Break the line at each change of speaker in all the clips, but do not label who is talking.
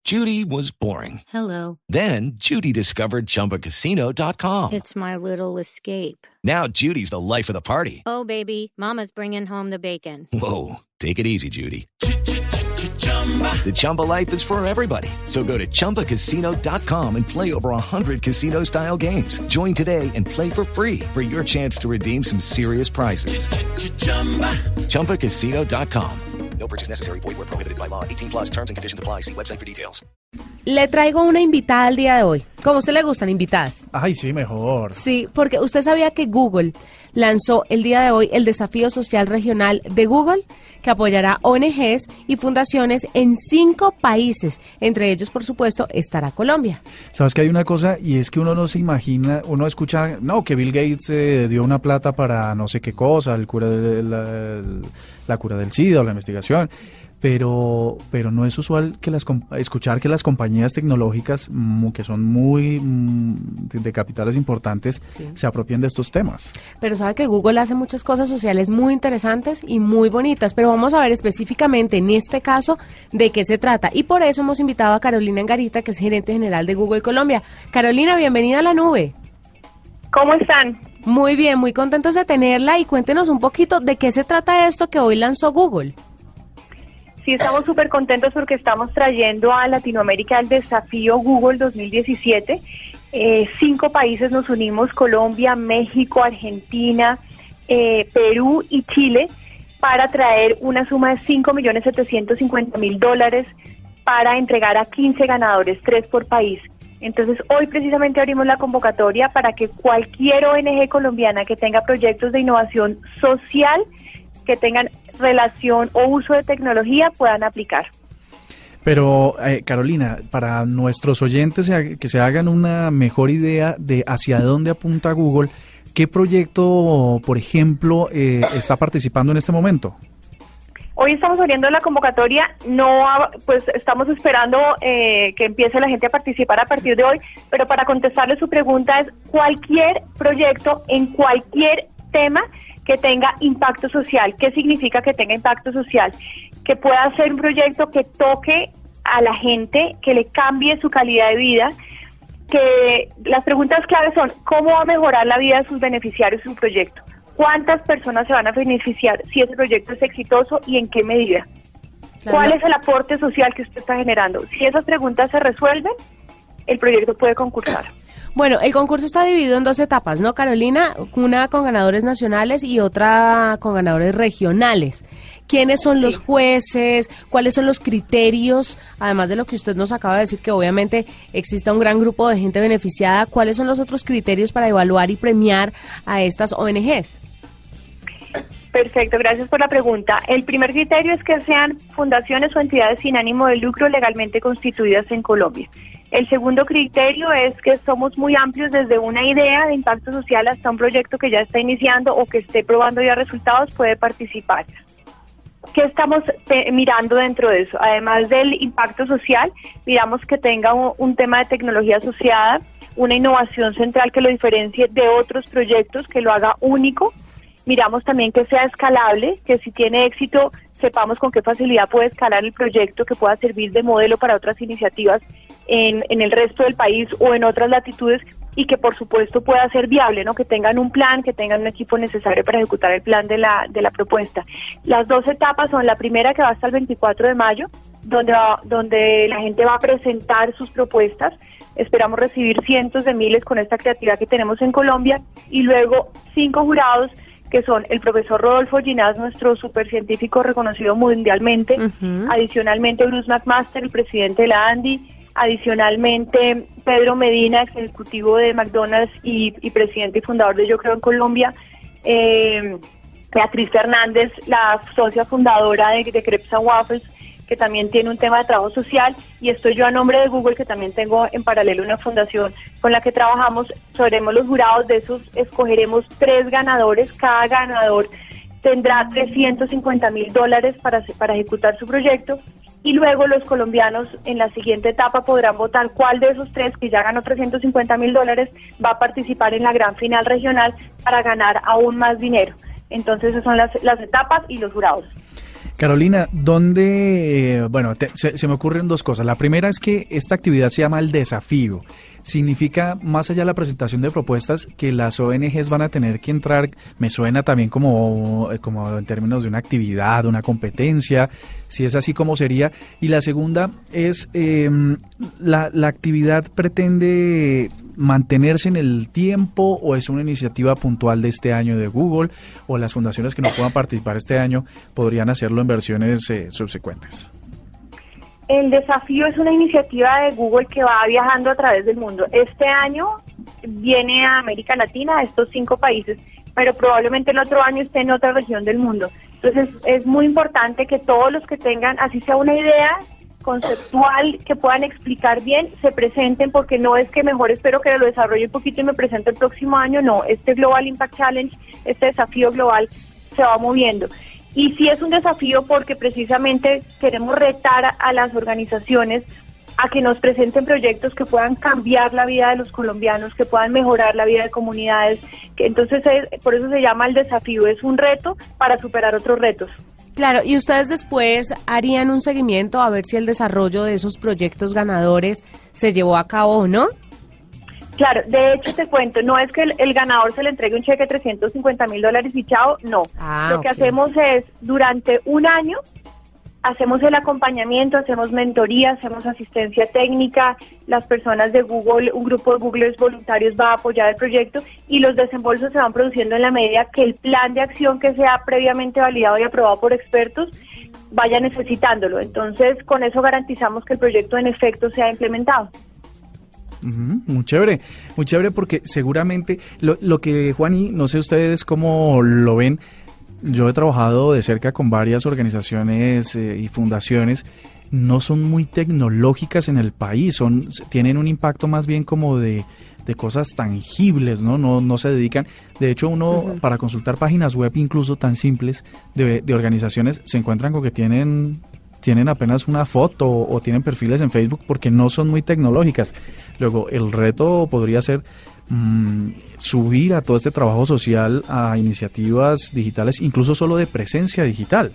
Judy was boring.
Hello.
Then Judy discovered ChumbaCasino.com.
It's my little escape.
Now Judy's the life of the party.
Oh, baby, mama's bringing home the bacon.
Whoa, take it easy, Judy. The Chumba life is for everybody. So go to ChumbaCasino.com and play over 100 casino-style games. Join today and play for free for your chance to redeem some serious prizes. ChumbaCasino.com. No purchase necessary. Void where prohibited by law. 18 plus terms and conditions apply. See website for details.
Le traigo una invitada al día de hoy. ¿Cómo a usted le gustan invitadas?
Ay, sí, mejor.
Sí, porque usted sabía que Google lanzó el día de hoy el Desafío Social Regional de Google, que apoyará ONGs y fundaciones en 5 países. Entre ellos, por supuesto, estará Colombia.
Sabes que hay una cosa, y es que uno no se imagina, uno escucha, no, que Bill Gates dio una plata para no sé qué cosa, la cura del SIDA o la investigación. Pero no es usual que escuchar que las compañías tecnológicas que son muy de capitales importantes se apropien de estos temas.
Pero sabe que Google hace muchas cosas sociales muy interesantes y muy bonitas, pero vamos a ver específicamente en este caso de qué se trata. Y por eso hemos invitado a Carolina Angarita, que es gerente general de Google Colombia. Carolina, bienvenida a La Nube.
¿Cómo están?
Muy bien, muy contentos de tenerla y cuéntenos un poquito de qué se trata esto que hoy lanzó Google.
Sí, estamos súper contentos porque estamos trayendo a Latinoamérica el desafío Google 2017. 5 países nos unimos, Colombia, México, Argentina, Perú y Chile, para traer una suma de $5.750.000 para entregar a 15 ganadores, 3 por país. Entonces, hoy precisamente abrimos la convocatoria para que cualquier ONG colombiana que tenga proyectos de innovación social, que tengan relación o uso de tecnología, puedan aplicar.
Pero, Carolina, para nuestros oyentes que se hagan una mejor idea de hacia dónde apunta Google, ¿qué proyecto, por ejemplo, está participando en este momento?
Hoy estamos abriendo la convocatoria, pues estamos esperando que empiece la gente a participar a partir de hoy, pero para contestarle su pregunta es cualquier proyecto en cualquier tema que tenga impacto social. ¿Qué significa que tenga impacto social? Que pueda ser un proyecto que toque a la gente, que le cambie su calidad de vida, que las preguntas claves son ¿cómo va a mejorar la vida de sus beneficiarios su proyecto? ¿Cuántas personas se van a beneficiar si ese proyecto es exitoso y en qué medida? Claro. ¿Cuál es el aporte social que usted está generando? Si esas preguntas se resuelven, el proyecto puede concursar.
Bueno, el concurso está dividido en 2 etapas, ¿no, Carolina? Una con ganadores nacionales y otra con ganadores regionales. ¿Quiénes son los jueces? ¿Cuáles son los criterios? Además de lo que usted nos acaba de decir, que obviamente existe un gran grupo de gente beneficiada, ¿cuáles son los otros criterios para evaluar y premiar a estas ONGs?
Perfecto, gracias por la pregunta. El primer criterio es que sean fundaciones o entidades sin ánimo de lucro legalmente constituidas en Colombia. El segundo criterio es que somos muy amplios, desde una idea de impacto social hasta un proyecto que ya está iniciando o que esté probando ya resultados puede participar. ¿Qué estamos mirando dentro de eso? Además del impacto social, miramos que tenga un tema de tecnología asociada, una innovación central que lo diferencie de otros proyectos, que lo haga único. Miramos también que sea escalable, que si tiene éxito sepamos con qué facilidad puede escalar el proyecto, que pueda servir de modelo para otras iniciativas en el resto del país o en otras latitudes, y que por supuesto pueda ser viable, ¿no? Que tengan un plan, que tengan un equipo necesario para ejecutar el plan de la propuesta. Las 2 etapas son: la primera, que va hasta el 24 de mayo, donde la gente va a presentar sus propuestas. Esperamos recibir cientos de miles con esta creatividad que tenemos en Colombia, y luego 5 jurados, que son el profesor Rodolfo Ginás, nuestro supercientífico reconocido mundialmente, adicionalmente Bruce McMaster, el presidente de la ANDI, adicionalmente Pedro Medina, ex ejecutivo de McDonald's y presidente y fundador de Yo Creo en Colombia, Beatriz Fernández, la socia fundadora de Crepes and Waffles, que también tiene un tema de trabajo social, y estoy yo a nombre de Google, que también tengo en paralelo una fundación con la que trabajamos. Seremos los jurados de esos, escogeremos 3 ganadores, cada ganador tendrá $350.000 para ejecutar su proyecto, y luego los colombianos en la siguiente etapa podrán votar cuál de esos 3 que ya ganó $350.000 va a participar en la gran final regional para ganar aún más dinero. Entonces esas son las etapas y los jurados.
Carolina, ¿dónde? Bueno, se me ocurren dos cosas. La primera es que esta actividad se llama el desafío. Significa, más allá de la presentación de propuestas, que las ONGs van a tener que entrar, me suena también como en términos de una actividad, una competencia, si es así como sería. Y la segunda es, la actividad pretende mantenerse en el tiempo, o es una iniciativa puntual de este año de Google, o las fundaciones que no puedan participar este año podrían hacerlo en versiones subsecuentes.
El desafío es una iniciativa de Google que va viajando a través del mundo. Este año viene a América Latina, a estos 5 países, pero probablemente el otro año esté en otra región del mundo. Entonces es muy importante que todos los que tengan, así sea una idea conceptual que puedan explicar bien, se presenten, porque no es que mejor espero que lo desarrolle un poquito y me presente el próximo año, no, este Global Impact Challenge, este desafío global se va moviendo. Y sí es un desafío porque precisamente queremos retar a las organizaciones a que nos presenten proyectos que puedan cambiar la vida de los colombianos, que puedan mejorar la vida de comunidades, que entonces por eso se llama el desafío, es un reto para superar otros retos.
Claro, y ustedes después harían un seguimiento a ver si el desarrollo de esos proyectos ganadores se llevó a cabo o no.
Claro, de hecho te cuento, no es que el ganador se le entregue un cheque de $350,000 y chao, no. Lo que hacemos es, durante un año, hacemos el acompañamiento, hacemos mentoría, hacemos asistencia técnica, las personas de Google, un grupo de Googlers voluntarios va a apoyar el proyecto y los desembolsos se van produciendo en la medida que el plan de acción que sea previamente validado y aprobado por expertos vaya necesitándolo. Entonces, con eso garantizamos que el proyecto en efecto sea implementado.
Muy chévere porque seguramente lo que, Juani, no sé ustedes cómo lo ven, yo he trabajado de cerca con varias organizaciones y fundaciones, no son muy tecnológicas en el país, tienen un impacto más bien como de cosas tangibles, no se dedican, de hecho uno para consultar páginas web incluso tan simples de organizaciones se encuentran con que tienen apenas una foto o tienen perfiles en Facebook porque no son muy tecnológicas. Luego, el reto podría ser subir a todo este trabajo social a iniciativas digitales, incluso solo de presencia digital.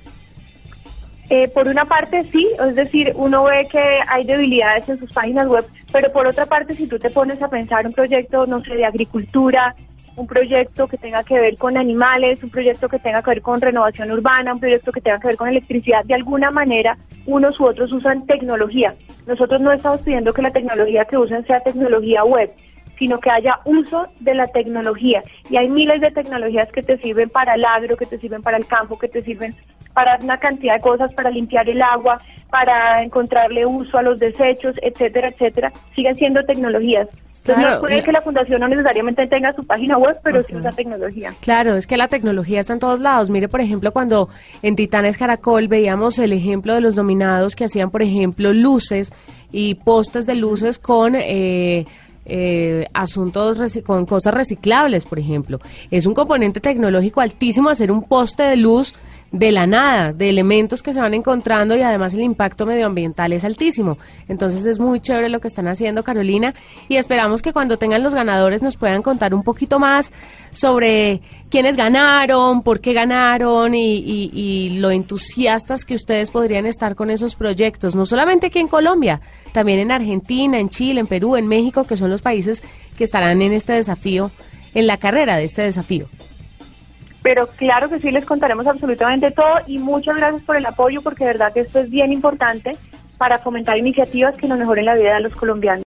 Por una parte sí, es decir, uno ve que hay debilidades en sus páginas web, pero por otra parte, si tú te pones a pensar un proyecto, no sé, de agricultura, un proyecto que tenga que ver con animales, un proyecto que tenga que ver con renovación urbana, un proyecto que tenga que ver con electricidad, de alguna manera unos u otros usan tecnología. Nosotros no estamos pidiendo que la tecnología que usen sea tecnología web, sino que haya uso de la tecnología. Y hay miles de tecnologías que te sirven para el agro, que te sirven para el campo, que te sirven para una cantidad de cosas, para limpiar el agua, para encontrarle uso a los desechos, etcétera, etcétera. Siguen siendo tecnologías. Entonces, claro, no puede que la fundación no necesariamente tenga su página web, pero sí usa tecnología.
Claro, es que la tecnología está en todos lados. Mire, por ejemplo, cuando en Titanes Caracol veíamos el ejemplo de los nominados que hacían, por ejemplo, luces y postes de luces con asuntos, con cosas reciclables, por ejemplo. Es un componente tecnológico altísimo hacer un poste de luz de la nada, de elementos que se van encontrando, y además el impacto medioambiental es altísimo. Entonces es muy chévere lo que están haciendo, Carolina, y esperamos que cuando tengan los ganadores nos puedan contar un poquito más sobre quiénes ganaron, por qué ganaron y lo entusiastas que ustedes podrían estar con esos proyectos, no solamente aquí en Colombia, también en Argentina, en Chile, en Perú, en México, que son los países que estarán en este desafío, en la carrera de este desafío.
Pero claro que sí, les contaremos absolutamente todo y muchas gracias por el apoyo, porque de verdad que esto es bien importante para fomentar iniciativas que nos mejoren la vida de los colombianos.